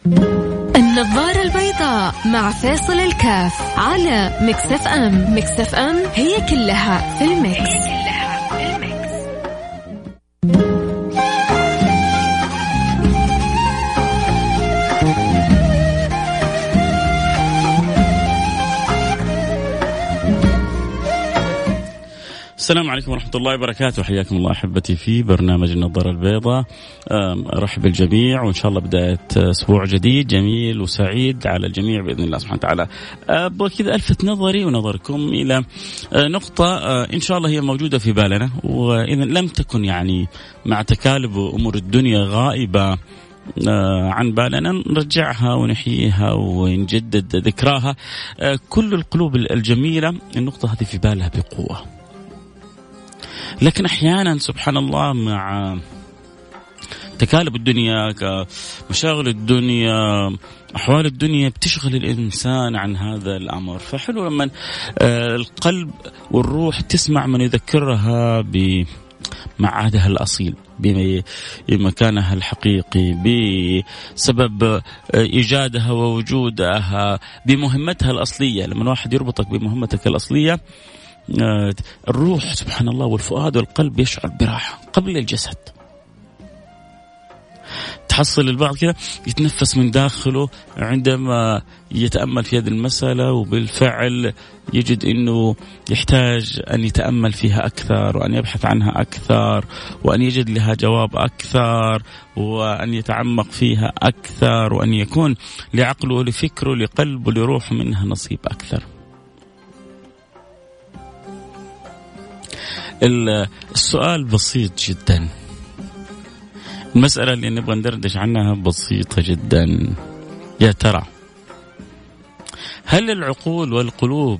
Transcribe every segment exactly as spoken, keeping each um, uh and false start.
النظارة البيضاء مع فاصل الكاف على ميكس اف ام. ميكس اف ام هي كلها في الميكس. السلام عليكم ورحمة الله وبركاته. حياكم الله أحبتي في برنامج النظارة البيضاء. أرحب بالجميع وإن شاء الله بداية أسبوع جديد جميل وسعيد على الجميع بإذن الله سبحانه وتعالى. أبغى كذا ألفت نظري ونظركم إلى نقطة إن شاء الله هي موجودة في بالنا، وإذا لم تكن يعني مع تكالب أمور الدنيا غائبة عن بالنا نرجعها ونحييها ونجدد ذكراها. كل القلوب الجميلة النقطة هذه في بالها بقوة، لكن أحيانا سبحان الله مع تكالب الدنيا مشاغل الدنيا أحوال الدنيا بتشغل الإنسان عن هذا الأمر. فحلو لما القلب والروح تسمع من يذكرها بمعادها الأصيل، بمكانها الحقيقي، بسبب إيجادها ووجودها، بمهمتها الأصلية. لما واحد يربطك بمهمتك الأصلية الروح سبحان الله والفؤاد والقلب يشعر براحة قبل الجسد. تحصل البعض كذا يتنفس من داخله عندما يتأمل في هذه المسألة، وبالفعل يجد أنه يحتاج أن يتأمل فيها أكثر وأن يبحث عنها أكثر وأن يجد لها جواب أكثر وأن يتعمق فيها أكثر وأن يكون لعقله ولفكره لقلبه لروحه منها نصيب أكثر. السؤال بسيط جدا، المسألة اللي نبغى ندردش عنها بسيطة جدا. يا ترى هل العقول والقلوب،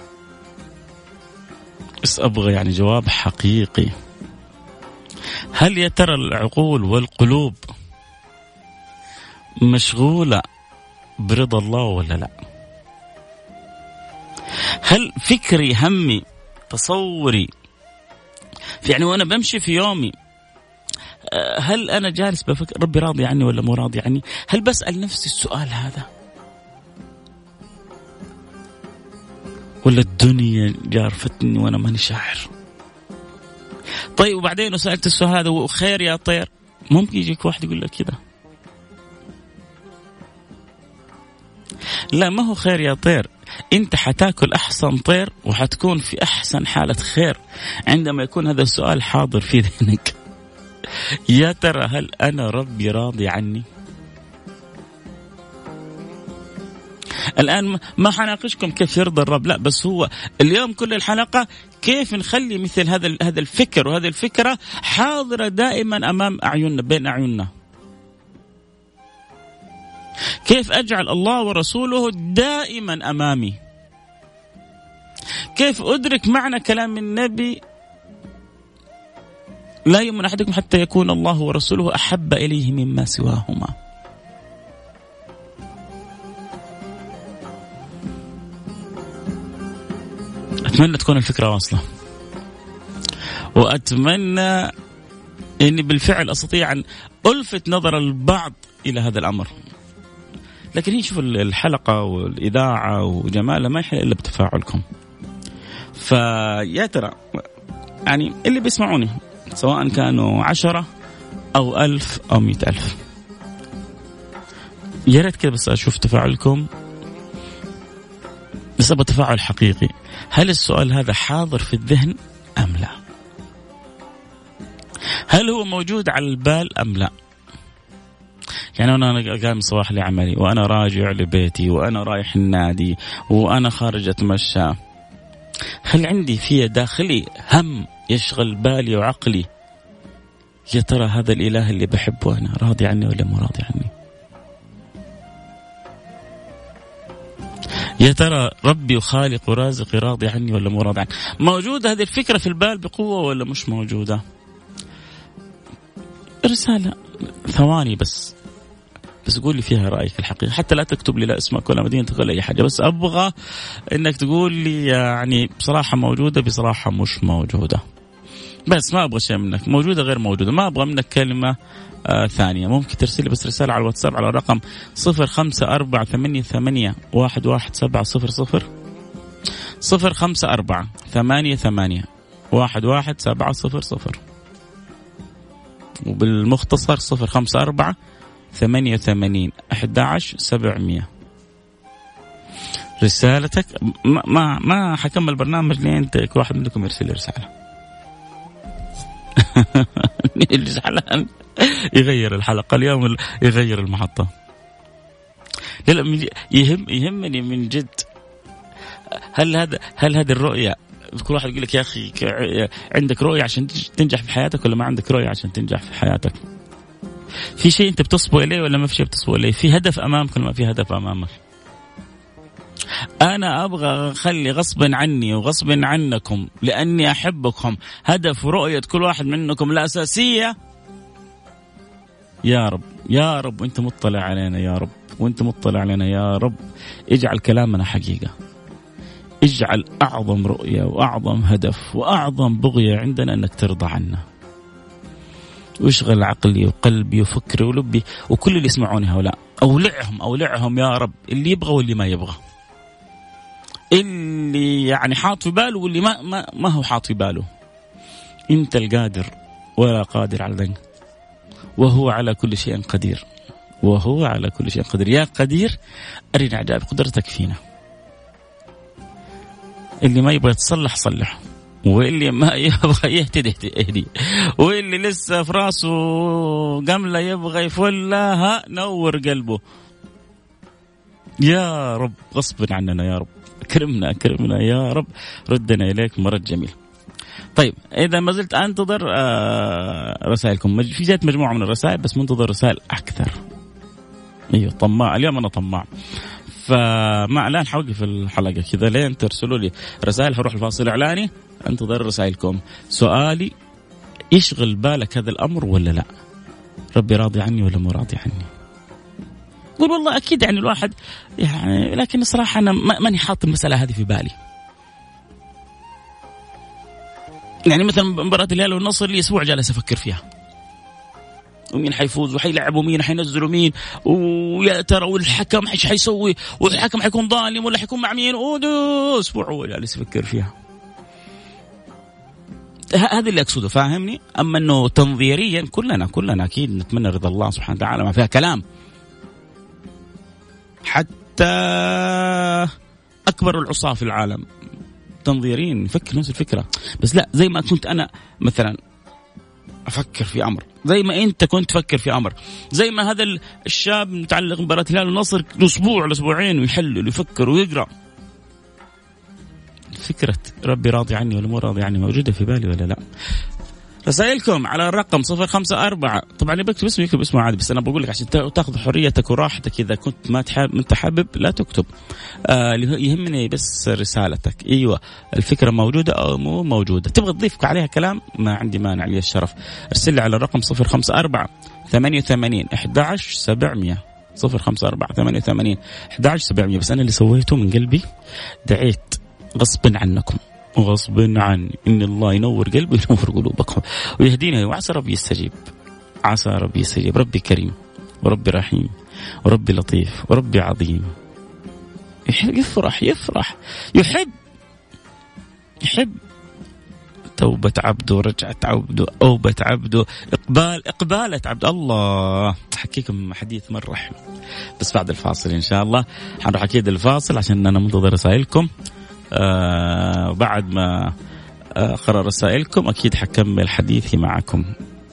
بس أبغى يعني جواب حقيقي، هل يا ترى العقول والقلوب مشغولة برضا الله ولا لا؟ هل فكري همي تصوري يعني وأنا بمشي في يومي هل أنا جالس بفكر ربي راضي عني ولا مو راضي عني؟ هل بسأل نفسي السؤال هذا ولا الدنيا جارفتني وأنا ماني شاعر؟ طيب وبعدين سألت السؤال هذا وخير يا طير، ممكن يجيك واحد يقول لك كده لا ما هو خير يا طير، انت حتاكل احسن طير وحتكون في احسن حالة خير عندما يكون هذا السؤال حاضر في ذهنك. يا ترى هل انا ربي راضي عني؟ الان ما حناقشكم كيف يرضى الرب، لا بس هو اليوم كل الحلقة كيف نخلي مثل هذا هذا الفكر وهذه الفكرة حاضرة دائما امام اعيننا بين اعيننا. كيف أجعل الله ورسوله دائما أمامي؟ كيف أدرك معنى كلام النبي لا يؤمن أحدكم حتى يكون الله ورسوله أحب إليه مما سواهما؟ أتمنى تكون الفكرة واصلة، وأتمنى أني بالفعل أستطيع أن ألفت نظر البعض إلى هذا الأمر. لكن هي شوف الحلقة والإذاعة وجمالها ما يحل إلا بتفاعلكم. فيا ترى يعني اللي بيسمعوني سواء كانوا عشرة أو ألف أو مئة ألف، يا ريت كده بس أشوف تفاعلكم، بس أبغى تفاعل حقيقي. هل السؤال هذا حاضر في الذهن أم لا؟ هل هو موجود على البال أم لا؟ يعني أنا قام صباح لعملي وأنا راجع لبيتي وأنا رايح النادي وأنا خارج أتمشى، هل عندي في داخلي هم يشغل بالي وعقلي؟ يا ترى هذا الإله اللي بحبه أنا راضي عني ولا مو راضي عني؟ يا ترى ربي وخالق ورازق راضي عني ولا مو راضي عني؟ موجودة هذه الفكرة في البال بقوة ولا مش موجودة؟ رسالة ثواني بس بس قول لي فيها رأيك الحقيقي، حتى لا تكتب لي لا اسمك ولا مدينتك ولا أي حاجة، بس أبغى إنك تقول لي يعني بصراحة موجودة بصراحة مش موجودة. بس ما أبغى شيء منك، موجودة غير موجودة، ما أبغى منك كلمة آه ثانية. ممكن ترسلي بس رسالة على الواتساب على الرقم صفر خمسة أربعة ثمانية ثمانية واحد واحد سبعة صفر صفر صفر خمسة أربعة ثمانية ثمانية واحد واحد سبعة صفر صفر، وبالمختصر صفر خمسة أربعة ثمانية ثمانين أحد عشر سبعمية. رسالتك ما ما, ما حكمل برنامج لين كل واحد منكم يرسل رسالة. اللي زعلان يغير الحلقة اليوم، يغير المحطة. لا يهم يهمني من جد. هل هذا هل هذه الرؤية؟ كل واحد يقول لك يا أخي عندك رؤية عشان تنجح في حياتك ولا ما عندك رؤية عشان تنجح في حياتك؟ في شيء أنت بتصبو إليه ولا ما في شيء بتصبو إليه؟ في هدف أمامك ولا ما في هدف أمامك؟ أنا أبغى أخلي غصبا عني وغصبا عنكم لأني أحبكم هدف ورؤية كل واحد منكم الأساسية. يا رب يا رب وأنت مطلع علينا يا رب، وأنت مطلع علينا يا رب، اجعل كلامنا حقيقة، اجعل أعظم رؤية وأعظم هدف وأعظم بغية عندنا أنك ترضى عنا، واشغل عقلي وقلبي وفكري ولبي وكل اللي يسمعوني هؤلاء. أولعهم أولعهم يا رب، اللي يبغى واللي ما يبغى، اللي يعني حاط في باله واللي ما, ما, ما هو حاط في باله. أنت القادر ولا قادر على ذنب، وهو على كل شيء قدير، وهو على كل شيء قدير. يا قدير أرنا عجائب قدرتك فينا. اللي ما يبغى يتصلح صلح، واللي ما يبغى يهتدي اهدي، واللي لسه في راسه قملة يبغى يفلها نور قلبه يا رب. غصب عننا يا رب، أكرمنا أكرمنا يا رب، ردنا إليك مرد جميل. طيب إذا ما زلت أنتظر رسائلكم، في جات مجموعة من الرسائل بس منتظر رسائل أكثر. أيوة طماع اليوم، أنا طماع، فما الآن حوقف الحلقة كذا لين ترسلوا لي رسائل. هروح الفاصل إعلاني، أنتظر رسائلكم. سؤالي يشغل بالك هذا الأمر ولا لا؟ ربي راضي عني ولا مو راضي عني؟ قول والله أكيد يعني الواحد يعني، لكن الصراحة أنا ماني حاط المسألة هذه في بالي. يعني مثلا مباراة الهلال والنصر لي أسبوع جالس أفكر فيها، ومين حيفوز وحيلعبوا مين حينزلوا مين، ويا ترى والحكم ايش حيسوي، والحكم حيكون ظالم ولا حيكون مع مين، أسبوع هو جالس أفكر فيها. هذا اللي أقصده، فاهمني؟ أما أنه تنظيريا كلنا كلنا أكيد نتمنى رضا الله سبحانه وتعالى، ما فيها كلام. حتى أكبر العصاة في العالم تنظيرين يفكر نفس الفكرة، بس لا زي ما كنت أنا مثلا أفكر في أمر، زي ما أنت كنت تفكر في أمر، زي ما هذا الشاب متعلق بمباراة الهلال والنصر أسبوع لأسبوعين ويحلل ويفكر ويقرأ. فكرة ربي راضي عني ولا مو راضي عني موجودة في بالي ولا لا؟ رسائلكم على الرقم صفر خمسة أربعة. طبعا اللي بكتب اسمه يكتب اسمه عادي، بس أنا بقول لك عشان تأخذ حريتك وراحتك. إذا كنت ما تحب أنت حابب لا تكتب، آه يهمني بس رسالتك. أيوة الفكرة موجودة أو مو موجودة، تبغى تضيفك عليها كلام ما عندي مانع، لي الشرف. ارسل لي على الرقم صفر خمسة أربعة ثمانية ثمانين أحد عشر سبعمية صفر خمسة أربعة ثمانية ثمانين أحد عشر سبعمية. بس أنا اللي سويته من قلبي دعيت غصب عنكم وغصب عني إن الله ينور قلبي وينور قلوبكم ويهدينا، وعسى ربي يستجيب، عسى ربي يستجيب. ربي كريم وربي رحيم وربي لطيف وربي عظيم، يفرح يفرح يحب يحب. توبة عبده رجعت عبده، أوبة عبده إقبال إقبالة عبد الله. حكيكم حديث مرة حلو بس بعد الفاصل إن شاء الله. حنروح أكيد الفاصل عشان أنا منتظر رسائلكم. آه بعد ما أقرأ رسائلكم أكيد حكمل حديثي معكم.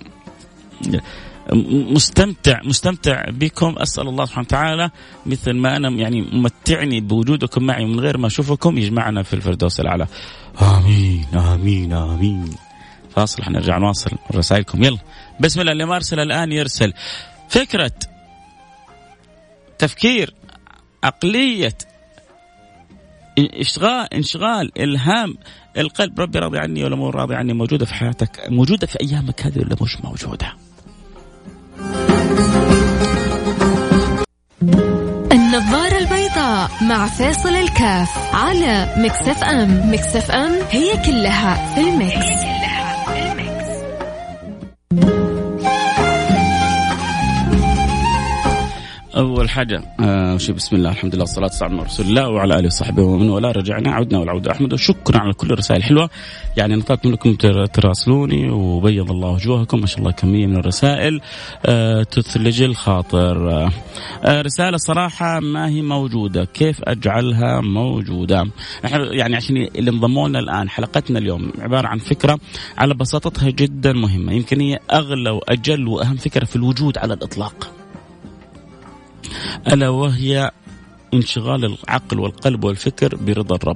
مستمتع مستمتع بكم، أسأل الله سبحانه وتعالى مثل ما أنا يعني ممتعني بوجودكم معي من غير ما أشوفكم يجمعنا في الفردوس الأعلى. آمين آمين آمين. فاصل حنرجع نواصل رسائلكم. يلا بسم الله. اللي ما أرسل الآن يرسل. فكرة تفكير عقلية إشغال انشغال إلهام القلب ربي راضي عني ولا مو راضي عني موجودة في حياتك، موجودة في أيامك هذه ولا مش موجودة؟ النظارة البيضاء مع فاصل الكاف على ميكس اف ام. ميكس اف ام هي كلها في الميكس. أول حاجة آه شيء بسم الله الحمد لله والصلاة والسلام على رسول الله وعلى آله وصحبه ومن والاه. رجعنا عدنا والعودة أحمد، وشكرا على كل الرسائل الحلوة. يعني نطلت منكم تراسلوني وبيض الله وجوهكم، ما شاء الله كمية من الرسائل آه تثلج الخاطر. آه آه رسالة صراحة ما هي موجودة، كيف أجعلها موجودة؟ يعني عشان اللي انضموا لنا الآن، حلقتنا اليوم عبارة عن فكرة على بساطتها جدا مهمة، يمكن هي أغلى وأجل وأهم فكرة في الوجود على الإطلاق، ألا وهي انشغال العقل والقلب والفكر برضا الرب.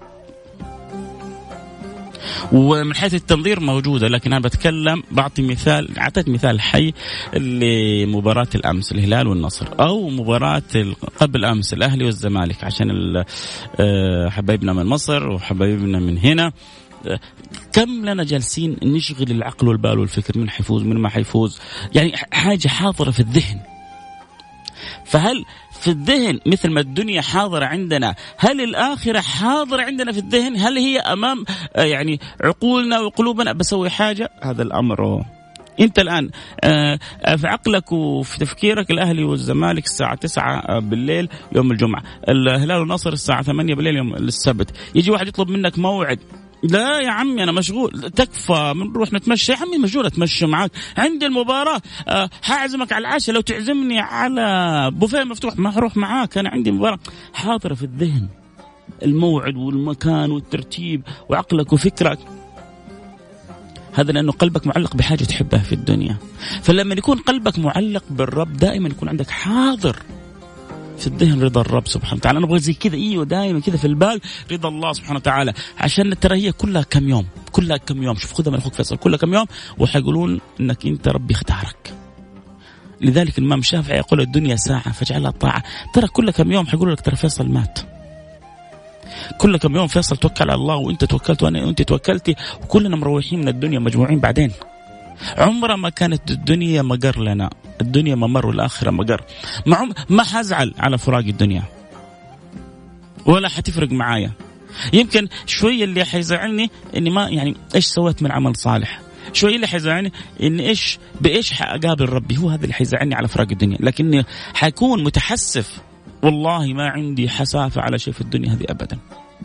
ومن حيث التنظير موجودة، لكن أنا بتكلم بعطي مثال، أعطيت مثال حي لمباراة الأمس الهلال والنصر، أو مباراة قبل أمس الأهلي والزمالك، عشان حبايبنا من مصر وحبايبنا من هنا. كم لنا جالسين نشغل العقل والبال والفكر، من حيفوز من ما حيفوز، يعني حاجة حاضرة في الذهن. فهل في الذهن مثل ما الدنيا حاضرة عندنا، هل الآخرة حاضرة عندنا في الذهن؟ هل هي أمام يعني عقولنا وقلوبنا؟ بسوي حاجة، هذا الأمر أنت الآن في عقلك وفي تفكيرك الأهلي والزمالك الساعة تسعة بالليل يوم الجمعة، الهلال والنصر الساعة ثمانية بالليل يوم السبت. يجي واحد يطلب منك موعد، لا يا عمي أنا مشغول، تكفى من نروح نتمشى. يا عمي مشغول أتمشى معاك، عندي المباراة أه هعزمك على العشاء، لو تعزمني على بوفيه مفتوح ما هروح معاك، أنا عندي مباراة. حاضرة في الذهن الموعد والمكان والترتيب وعقلك وفكرك، هذا لأنه قلبك معلق بحاجة تحبها في الدنيا. فلما يكون قلبك معلق بالرب دائما يكون عندك حاضر في الذهن رضا الرب سبحانه وتعالى. أنا أبغى زي كذا، إيوه دائما كذا في البال رضا الله سبحانه وتعالى، عشان ترى هي كلها كم يوم، كلها كم يوم. شوف خذها من أخوك فيصل، كلها كم يوم وحيقولون إنك أنت ربي اختارك. لذلك الإمام الشافعي يقول الدنيا ساعة فاجعلها طاعة. ترى كل كم يوم حيقولوا لك ترى فيصل مات، كل كم يوم فيصل توكل على الله وأنت توكلت وأنا وأنت توكلتي، وكلنا مروحين من الدنيا مجموعين بعدين. عمره ما كانت الدنيا مقر لنا، الدنيا ممر والآخرة مقر. ما ما حزعل على فراق الدنيا ولا حتفرق معايا. يمكن شوية اللي حيزعلني إني ما يعني إيش سويت من عمل صالح، شوية اللي حيزعلني إني إيش بإيش حأقابل ربي، هو هذا اللي حيزعلني على فراق الدنيا. لكني حيكون متحسف، والله ما عندي حسافة على شيء في الدنيا هذه أبدا.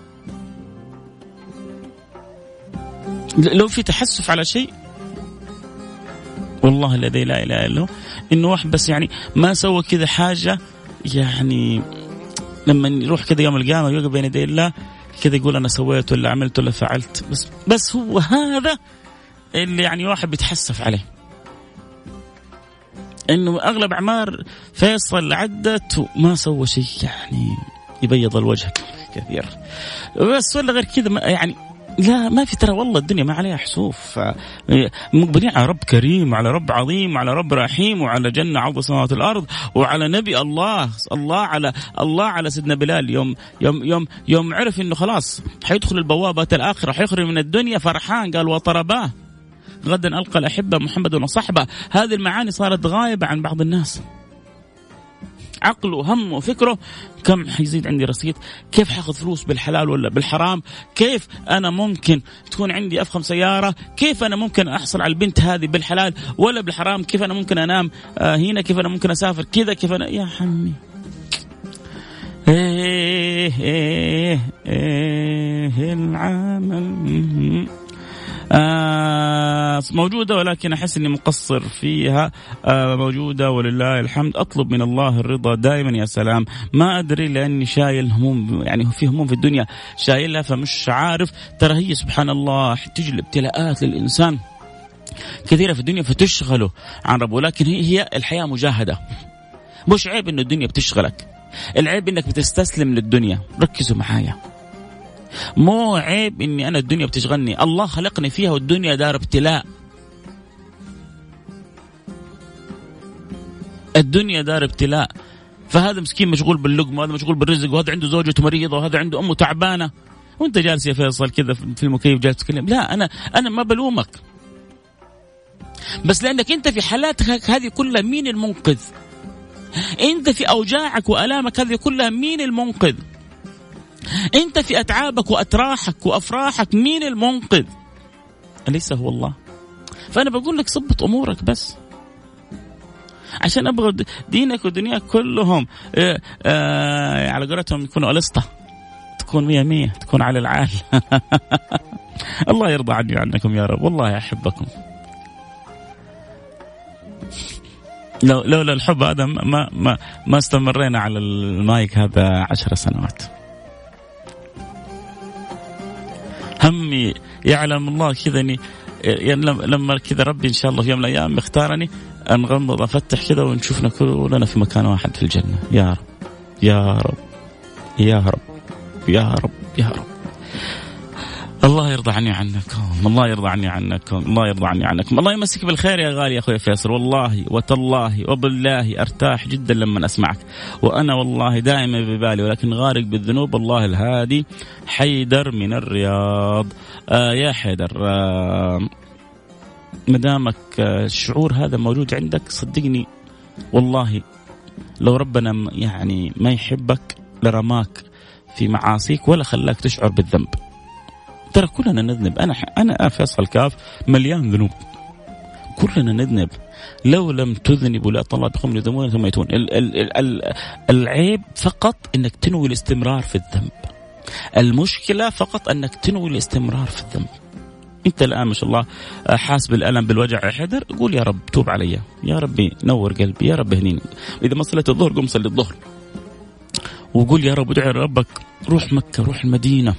لو في تحسف على شيء والله الذي لا إله إلا هو، إنه واحد بس يعني ما سوى كذا حاجة، يعني لما يروح كذا يوم القيامة يوقف بين يدي الله كذا يقول أنا سويت ولا عملت ولا فعلت، بس بس هو هذا اللي يعني واحد بيتحسف عليه، إنه أغلب أعمار فيصل عدت وما سوى شيء يعني يبيض الوجه كثير. بس ولا غير كذا يعني لا ما في، ترى والله الدنيا ما عليها حسوف، مقبلين على رب كريم وعلى رب عظيم وعلى رب رحيم وعلى جنة عرض السماوات والأرض وعلى نبي الله الله على الله على سيدنا بلال. يوم يوم يوم يوم عرف إنه خلاص حيدخل البوابة الآخرة حيخرج من الدنيا فرحان، قال وطرباه غدا ألقى الأحبة محمد وصحبه. هذه المعاني صارت غائبة عن بعض الناس. عقله همه وفكره كم حيزيد عندي رصيد، كيف حاخذ فلوس بالحلال ولا بالحرام، كيف أنا ممكن تكون عندي أفخم سيارة، كيف أنا ممكن أحصل على البنت هذه بالحلال ولا بالحرام، كيف أنا ممكن أنام هنا، كيف أنا ممكن أسافر كذا، كيف أنا يا حمي إيه إيه إيه العمل آه موجودة، ولكن أحس أني مقصر فيها. آه موجودة ولله الحمد. أطلب من الله الرضا دائما. يا سلام، ما أدري لأني شايل هموم، يعني في هموم في الدنيا شايلها فمش عارف. ترى هي سبحان الله تجي الابتلاءات للإنسان كثيرة في الدنيا فتشغله عن ربه، ولكن هي الحياة مجاهدة. مش عيب أن الدنيا بتشغلك، العيب أنك بتستسلم للدنيا. ركزوا معايا، مو عيب إني أنا الدنيا بتشغلني، الله خلقني فيها والدنيا دار ابتلاء. الدنيا دار ابتلاء، فهذا مسكين مشغول باللقمة وهذا مشغول بالرزق وهذا عنده زوجته مريضة وهذا عنده أمه تعبانة، وأنت جالس يا فيصل كذا في المكيف جالس تتكلم. لا أنا أنا ما بلومك، بس لأنك أنت في حالاتك هذه كلها مين المنقذ؟ أنت في أوجاعك وألامك هذه كلها مين المنقذ؟ أنت في أتعابك وأتراحك وأفراحك مين المنقذ؟ أليس هو الله؟ فأنا بقول لك صبت أمورك بس. عشان أبغى دينك ودنياك كلهم آه آه على قولتهم يكونوا ألسطة، تكون مية مية، تكون على العال. الله يرضى عني عنكم يا رب، والله أحبكم. لو لولا الحب هذا ما ما ما استمرينا على المايك هذا عشر سنوات. همي يعلم الله كذا اني يعني لما كذا ربي ان شاء الله في يوم من الايام اختارني انغمض افتح كذا ونشوفنا كلنا في مكان واحد في الجنه. يا رب يا رب يا رب يا رب يا رب. الله يرضى عني عنكم، الله يرضى عني عنكم، الله يرضى عني عنكم. الله يمسك بالخير يا غالي يا أخوي فيصل. والله وتالله وبالله أرتاح جدا لما أسمعك، وأنا والله دائما ببالي ولكن غارق بالذنوب. الله الهادي. حيدر من الرياض. آه يا حيدر، آه مدامك آه الشعور هذا موجود عندك، صدقني والله لو ربنا يعني ما يحبك لرماك في معاصيك ولا خلاك تشعر بالذنب. ترى كلنا نذنب. أنا أنا فيصل كاف مليان ذنوب، كلنا نذنب. لو لم تذنبوا لا طلع بكم لذنوبكم ثم يتون. ال ال ال العيب فقط أنك تنوي الاستمرار في الذنب. المشكلة فقط أنك تنوي الاستمرار في الذنب. أنت الآن ما شاء الله حاس بالألم بالوجع يا حيدر، قول يا رب توب علي، يا ربي نور قلبي، يا رب اهنيني. إذا ما صليت الظهر قم صلي الظهر، وقول يا رب ادعي ربك روح مكة روح المدينة.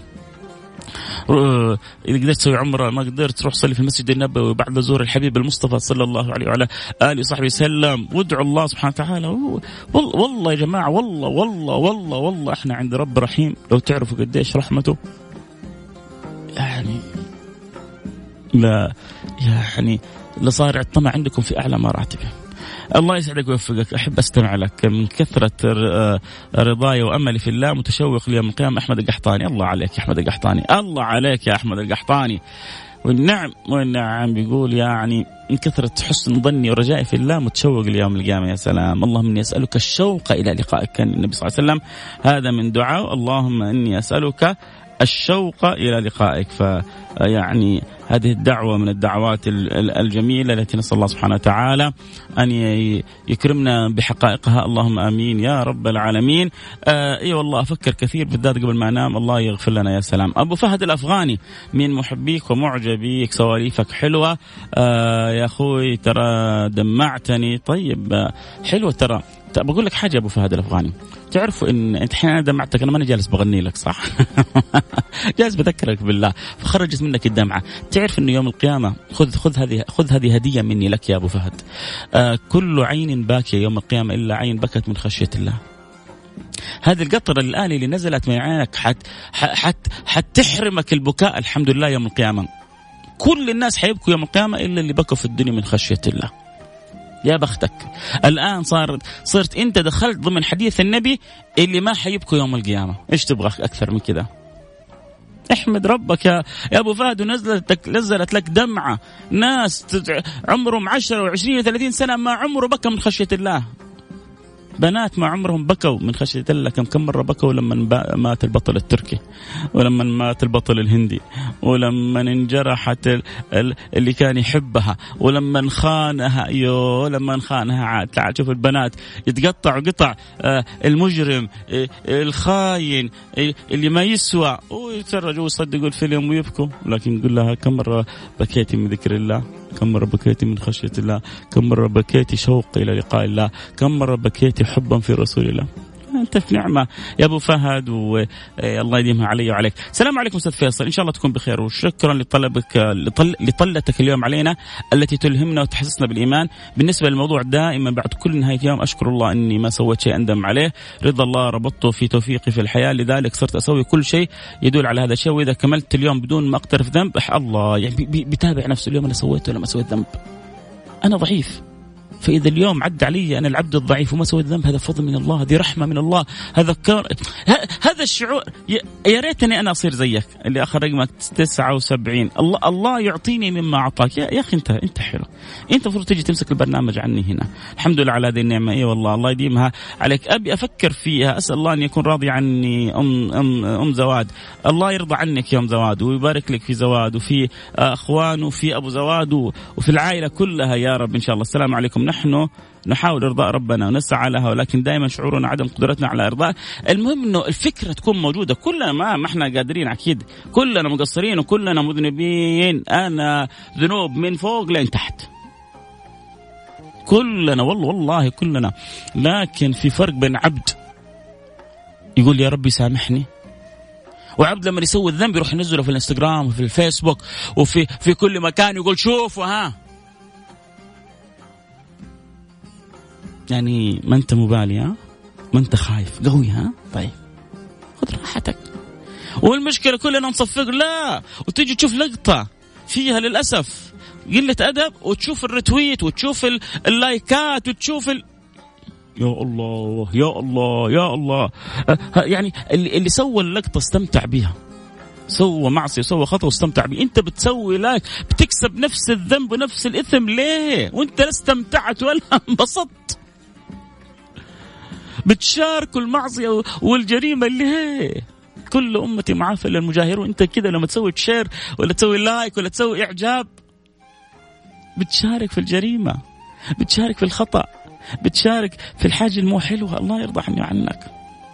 إذا قدرت تسوي عمرة ما قدرت تروح صلي في المسجد النبوي بعد زور الحبيب المصطفى صلى الله عليه وعلى آله وصحبه وسلم، وادعوا الله سبحانه وتعالى. والله, والله يا جماعة والله والله والله والله احنا عند رب رحيم. لو تعرفوا قديش رحمته يعني لا يعني لصارع الطمع عندكم في أعلى مراتبه. الله يسعدك ويوفقك. أحب أستمع لك من كثرة رضاي وأملي في الله، متشوق ليوم القيامة. أحمد القحطاني. الله عليك يا أحمد القحطاني، الله عليك يا أحمد القحطاني. والنعم والنعم بيقول يعني من كثرة حسن ظني ورجائي في الله متشوق ليوم القيامة. يا سلام. اللهم إني أسألك الشوق إلى لقائك. كان النبي صلى الله عليه وسلم هذا من دعاء، اللهم إني أسألك الشوق إلى لقائك. فيعني هذه الدعوة من الدعوات الجميلة التي نسأل الله سبحانه وتعالى أن يكرمنا بحقائقها. اللهم آمين يا رب العالمين. آه إيه والله أفكر كثير بالذات قبل ما أنام. الله يغفر لنا. يا سلام. أبو فهد الأفغاني من محبيك ومعجبيك، سواليفك حلوة آه يا أخوي، ترى دمعتني. طيب آه حلوة. ترى بقول لك حاجة أبو فهد الأفغاني، تعرفوا إن أنت حين دمعتك أنا ماني جالس بغني لك صح؟ جالس بذكرك بالله فخرجت منك الدمعة. تعرف إنه يوم القيامة خذ خذ هذه خذ هذه هدية مني لك يا أبو فهد. آه كل عين باكية يوم القيامة إلا عين بكت من خشية الله. هذه القطرة الآن اللي نزلت من عينك حت حت حتحرمك البكاء الحمد لله يوم القيامة. كل الناس حيبكوا يوم القيامة إلا اللي بكوا في الدنيا من خشية الله. يا بختك الآن صارت صرت أنت دخلت ضمن حديث النبي اللي ما حيبكوا يوم القيامة. إيش تبغى أكثر من كذا؟ احمد ربك يا أبو فهد. ونزلت نزلت لك دمعة ناس عمرهم عشرة وعشرين وثلاثين سنة ما عمره بكى من خشية الله. بنات ما عمرهم بكوا من خشية الله. كم كم مرة بكوا لما مات البطل التركي، ولما مات البطل الهندي، ولما انجرحت اللي كان يحبها، ولما خانها. يو لما خانها عاد. تعال شوف البنات يتقطعوا قطع. المجرم الخاين اللي ما يسوى ويتفرجوا ويصدقوا الفيلم ويبكوا. لكن نقول لها كم مرة بكيتي من ذكر الله، كم مرة بكيتي من خشية الله، كم مرة بكيتي شوق إلى لقاء الله، كم مرة بكيتي حبا في رسول الله. أنت في نعمة يا أبو فهد، والله يديمها علي وعليك. السلام عليكم أستاذ فيصل، إن شاء الله تكون بخير، وشكرا لطلبك لطل... لطلتك اليوم علينا التي تلهمنا وتحسسنا بالإيمان. بالنسبة للموضوع دائما بعد كل نهاية يوم أشكر الله أني ما سويت شيء أندم عليه. رضا الله ربطته في توفيقي في الحياة، لذلك صرت أسوي كل شيء يدل على هذا الشيء. وإذا كملت اليوم بدون ما أقترف ذنب الله يعني بي... بيتابع نفسه اليوم أنا سويت ولا ما سويت ذنب. أنا ضعيف، فإذا اليوم عد علي أنا العبد الضعيف وما سويت ذنب، هذا فضل من الله، هذه رحمة من الله، هذا كر... هذا الشعور. يا ريتني أنا أصير زيك اللي آخر رقمك تسعة وسبعين. الله الله يعطيني مما أعطاك. يا, يا أخي أنت أنت حلو، أنت المفروض تجي تمسك البرنامج عني هنا. الحمد لله على هذه النعمة. إيه والله الله يديمها عليك. أبي أفكر فيها، أسأل الله أن يكون راضي عني. أم أم أم زواد، الله يرضى عنك يا أم زواد ويبارك لك في زواد وفي أخوان وفي أبو زواد وفي العائلة كلها يا رب إن شاء الله. السلام عليكم. ونحن نحاول إرضاء ربنا ونسعى لها، ولكن دائما شعورنا عدم قدرتنا على إرضاء. المهم إنه الفكرة تكون موجودة. كلنا ما ما إحنا قادرين، أكيد كلنا مقصرين وكلنا مذنبين. أنا ذنوب من فوق لين تحت، كلنا والله والله كلنا. لكن في فرق بين عبد يقول يا ربي سامحني، وعبد لما يسوي الذنب يروح ينزله في الانستغرام وفي الفيسبوك وفي في كل مكان يقول شوفوا ها. يعني ما انت مبالي، ها ما انت خايف قوي، ها طيب خذ راحتك. والمشكلة كلنا نصفق لا، وتيجي تشوف لقطة فيها للأسف قلة أدب وتشوف الرتويت وتشوف اللايكات وتشوف ال... يا الله يا الله يا الله. يعني اللي, اللي سوى اللقطة استمتع بها، سوى معصية سوى خطأ واستمتع بيه. انت بتسوي لايك بتكسب نفس الذنب ونفس الإثم ليه وانت لا استمتعت ولا انبسطت؟ بتشاركوا المعصية والجريمة اللي هي كل أمتي معافى إلا المجاهرون. انت كده لما تسوي تشير ولا تسوي لايك ولا تسوي إعجاب بتشارك في الجريمة، بتشارك في الخطأ، بتشارك في الحاجة المو حلوة. الله يرضى عني وعنك.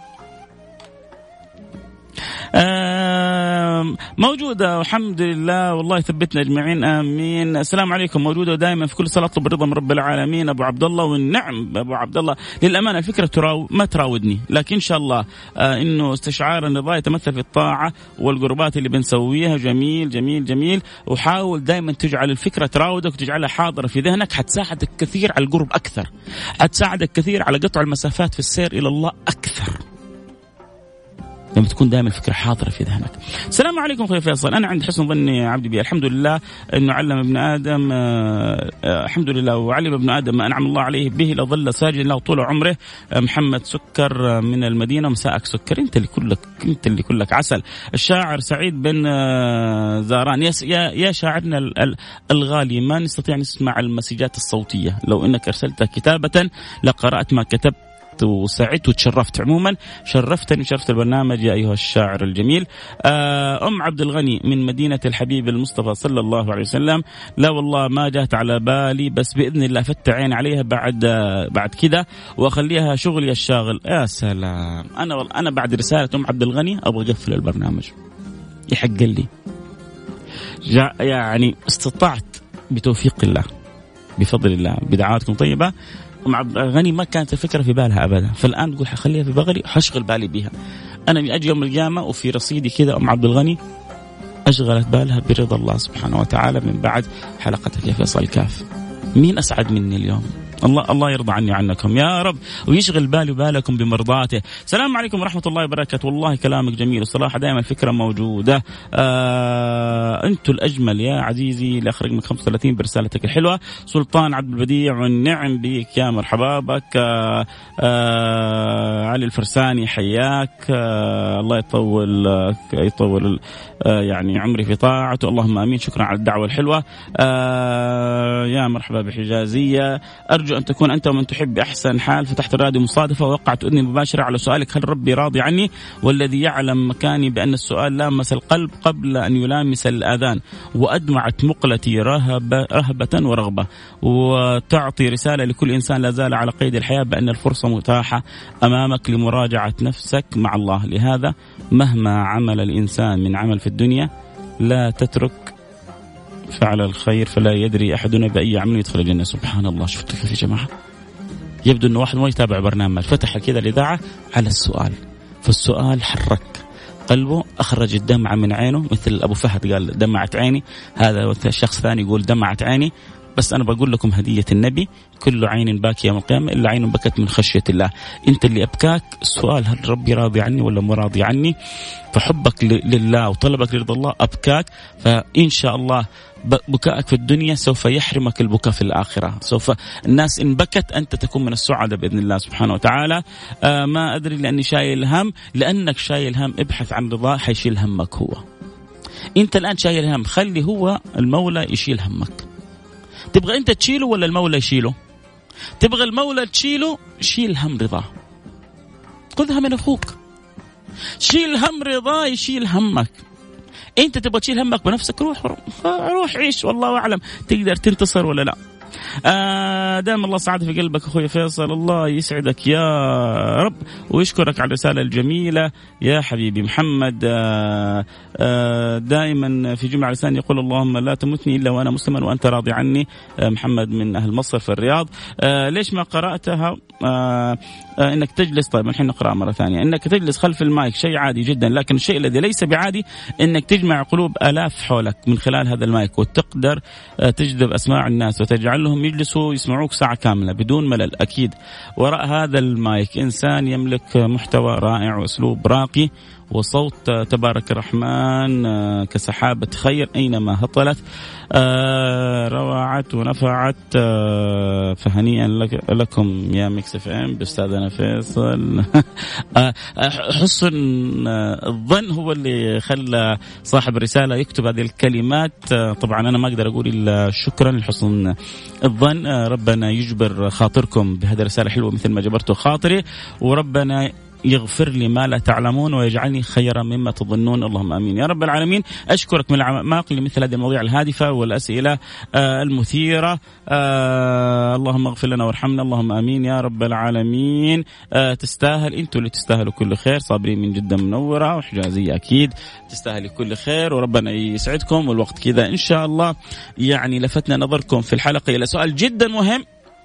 موجودة والحمد لله، والله ثبتنا أجمعين آمين. السلام عليكم. موجودة دائما في كل صلاة أطلب الرضا من رب العالمين. أبو عبد الله. والنعم أبو عبد الله، للأمانة الفكرة تراو ما تراودني، لكن إن شاء الله آه إنه استشعار الرضا يتمثل في الطاعة والقربات اللي بنسويها. جميل جميل جميل. وحاول دائما تجعل الفكرة تراودك وتجعلها حاضرة في ذهنك، حتساعدك كثير على القرب أكثر، حتساعدك كثير على قطع المسافات في السير إلى الله أكثر لما تكون دائما الفكرة حاضرة في ذهنك. السلام عليكم أخوي فيصل. أنا عند حسن ظني عبدي بي، الحمد لله أنه علم ابن آدم آه آه الحمد لله وعلم ابن آدم ما أنعم الله عليه به لظل ساجدا له طول عمره. آه محمد سكر من المدينة. مساءك سكر، أنت اللي كلك أنت اللي كلك عسل. الشاعر سعيد بن آه زاران. يا يا شاعرنا الغالي، ما نستطيع نسمع المسجات الصوتية، لو أنك أرسلت كتابة لقرأت ما كتبت وسعدت وتشرفت. عموما شرفتني شرفت البرنامج يا أيها الشاعر الجميل. أم عبد الغني من مدينة الحبيب المصطفى صلى الله عليه وسلم. لا والله ما جات على بالي، بس بإذن الله فتح عين عليها بعد بعد كده وأخليها شغلي الشاغل. يا سلام. أنا أنا بعد رسالة أم عبد الغني أبغى أقفل البرنامج، يحق لي يعني استطعت بتوفيق الله بفضل الله بدعواتكم طيبة. أم عبد الغني ما كانت الفكرة في بالها أبدا، فالآن تقول حخليها في بغلي حشغل بالي بها. أنا من أجي يوم القيامة وفي رصيدي كذا أم عبد الغني أشغلت بالها برضا الله سبحانه وتعالى من بعد حلقتك يا فيصل الكاف. مين أسعد مني اليوم؟ الله الله يرضى عني عنكم يا رب ويشغل بالي وبالكم بمرضاته. السلام عليكم ورحمة الله وبركاته. والله كلامك جميل والصراحة دائما الفكرة موجودة. آه أنتوا الأجمل يا عزيزي اللي أخرج من خمسة وثلاثين برسالتك الحلوة. سلطان عبد البديع والنعم بك يا مرحبا بك. آه آه علي الفرساني حياك. آه الله يطول آه يطول آه يعني عمري في طاعته اللهم آمين. شكرا على الدعوة الحلوة. آه يا مرحبا بحجازية. أرجو أن تكون أنت ومن تحب بأحسن حال. فتحت الراديو مصادفة ووقعت أذني مباشرة على سؤالك هل ربي راضي عني، والذي يعلم مكاني بأن السؤال لامس القلب قبل أن يلامس الآذان، وأدمعت مقلتي رهبة, رهبة ورغبة. وتعطي رسالة لكل إنسان لا زال على قيد الحياة بأن الفرصة متاحة أمامك لمراجعة نفسك مع الله. لهذا مهما عمل الإنسان من عمل في الدنيا لا تترك فعل الخير فلا يدري أحدنا بأي عمل يدخل الجنة. سبحان الله. شفتوا كيف يا جماعة؟ يبدو أنه واحد ما يتابع برنامج فتح كذا الإذاعة على السؤال، فالسؤال حرك قلبه، أخرج الدمعة من عينه، مثل أبو فهد قال دمعت عيني، هذا الشخص ثاني يقول دمعت عيني. بس أنا بقول لكم هدية النبي، كل عين باكي يوم القيامة إلا عين بكت من خشية الله. أنت اللي أبكاك السؤال هل ربي راضي عني ولا مو راضي عني؟ فحبك لله وطلبك لرضا الله أبكاك. فإن شاء الله بكائك في الدنيا سوف يحرمك البكاء في الآخرة. سوف الناس إن بكت أنت تكون من السعادة بإذن الله سبحانه وتعالى. آه ما أدري لأني شايل هم. لأنك شايل هم ابحث عن رضاه حيشيل همك هو. أنت الآن شايل هم، خلي هو المولى يشيل همك. تبغى أنت تشيله ولا المولى يشيله؟ تبغى المولى تشيله، شيل هم رضاه، خذها من أخوك. شيل هم رضاه يشيل همك. أنت تبغى تشيل همك بنفسك، روح روح عيش والله أعلم تقدر تنتصر ولا لا. آه دائما الله سعادة في قلبك أخوي فيصل، الله يسعدك يا رب ويشكرك على الرسالة الجميلة يا حبيبي محمد. آه آه دائما في جمع لسان يقول اللهم لا تمتني إلا وأنا مسلما وأنت راضي عني. آه محمد من أهل مصر في الرياض. آه ليش ما قرأتها؟ آه آه إنك تجلس، طيب الحين نقرأ مرة ثانية. إنك تجلس خلف المايك شيء عادي جدا، لكن الشيء الذي ليس بعادي إنك تجمع قلوب آلاف حولك من خلال هذا المايك، وتقدر آه تجذب أسماع الناس وتجعلهم يجلسوا يسمعوك ساعة كاملة بدون ملل. أكيد وراء هذا المايك إنسان يملك محتوى رائع وأسلوب راقي وصوت تبارك الرحمن كسحابة خير أينما هطلت، روعت ونفعت. فهنيئا لكم يا ميكس اف ام بأستاذنا فيصل. حسن الظن هو اللي خلى صاحب الرسالة يكتب هذه الكلمات. طبعا أنا ما أقدر أقول إلا شكرا لحسن الظن. ربنا يجبر خاطركم بهذه الرسالة حلوة مثل ما جبرتوا خاطري، وربنا يغفر لي ما لا تعلمون ويجعلني خيرا مما تظنون. اللهم امين يا رب العالمين. اشكرك من الاعماق لمثل هذه المواضيع الهادفه والاسئله آه المثيره. آه اللهم اغفر لنا وارحمنا. اللهم امين يا رب العالمين. آه تستاهل، انتوا اللي تستاهلوا كل خير. صابرين من جدة منوره وحجازيه اكيد تستاهلي كل خير وربنا يسعدكم. والوقت كذا ان شاء الله يعني لفتنا نظركم في الحلقه الى سؤال جدا مهم.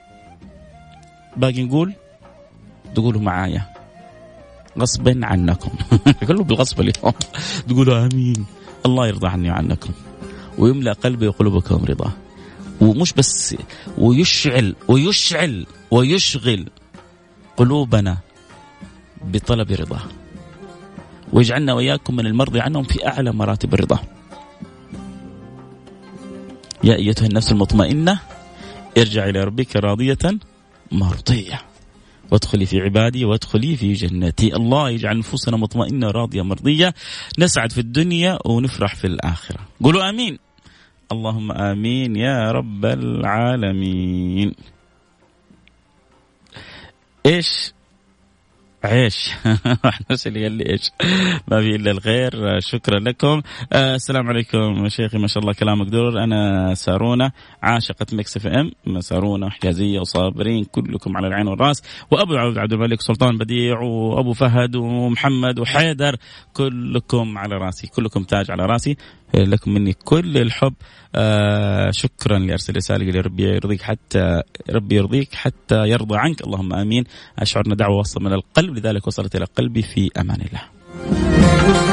باقي نقول تقولوا معايا غصبا عنكم كله بالغصب اليوم تقولوا آمين. الله يرضى عني وعنكم ويملأ قلبي وقلوبكم رضا، ومش بس ويشعل ويشعل ويشغل قلوبنا بطلب رضاه، ويجعلنا وإياكم من المرضي عنهم في أعلى مراتب الرضا. يا أيتها النفس المطمئنة ارجع إلى ربك راضية مرضية وادخلي في عبادي وادخلي في جنتي. الله يجعل نفوسنا مطمئنة راضية مرضية، نسعد في الدنيا ونفرح في الآخرة. قولوا آمين. اللهم آمين يا رب العالمين. إيش عيش نفس اللي قال لي ايش ما في الا الخير. شكرا لكم. آه السلام عليكم شيخي، ما شاء الله كلامك دور. انا سارونا عاشقة ميكس اف ام، سارونا حجازية وصابرين كلكم على العين والراس، وابو عبد الملك سلطان بديع وابو فهد ومحمد وحيدر كلكم على راسي، كلكم تاج على راسي. لكم مني كل الحب. آه شكرا لأرسل رسالة لي ربي يرضيك حتى ربي يرضيك حتى يرضى عنك. اللهم آمين. أشعرنا دعوة وصل من القلب، لذلك وصلت إلى قلبي. في أمان الله.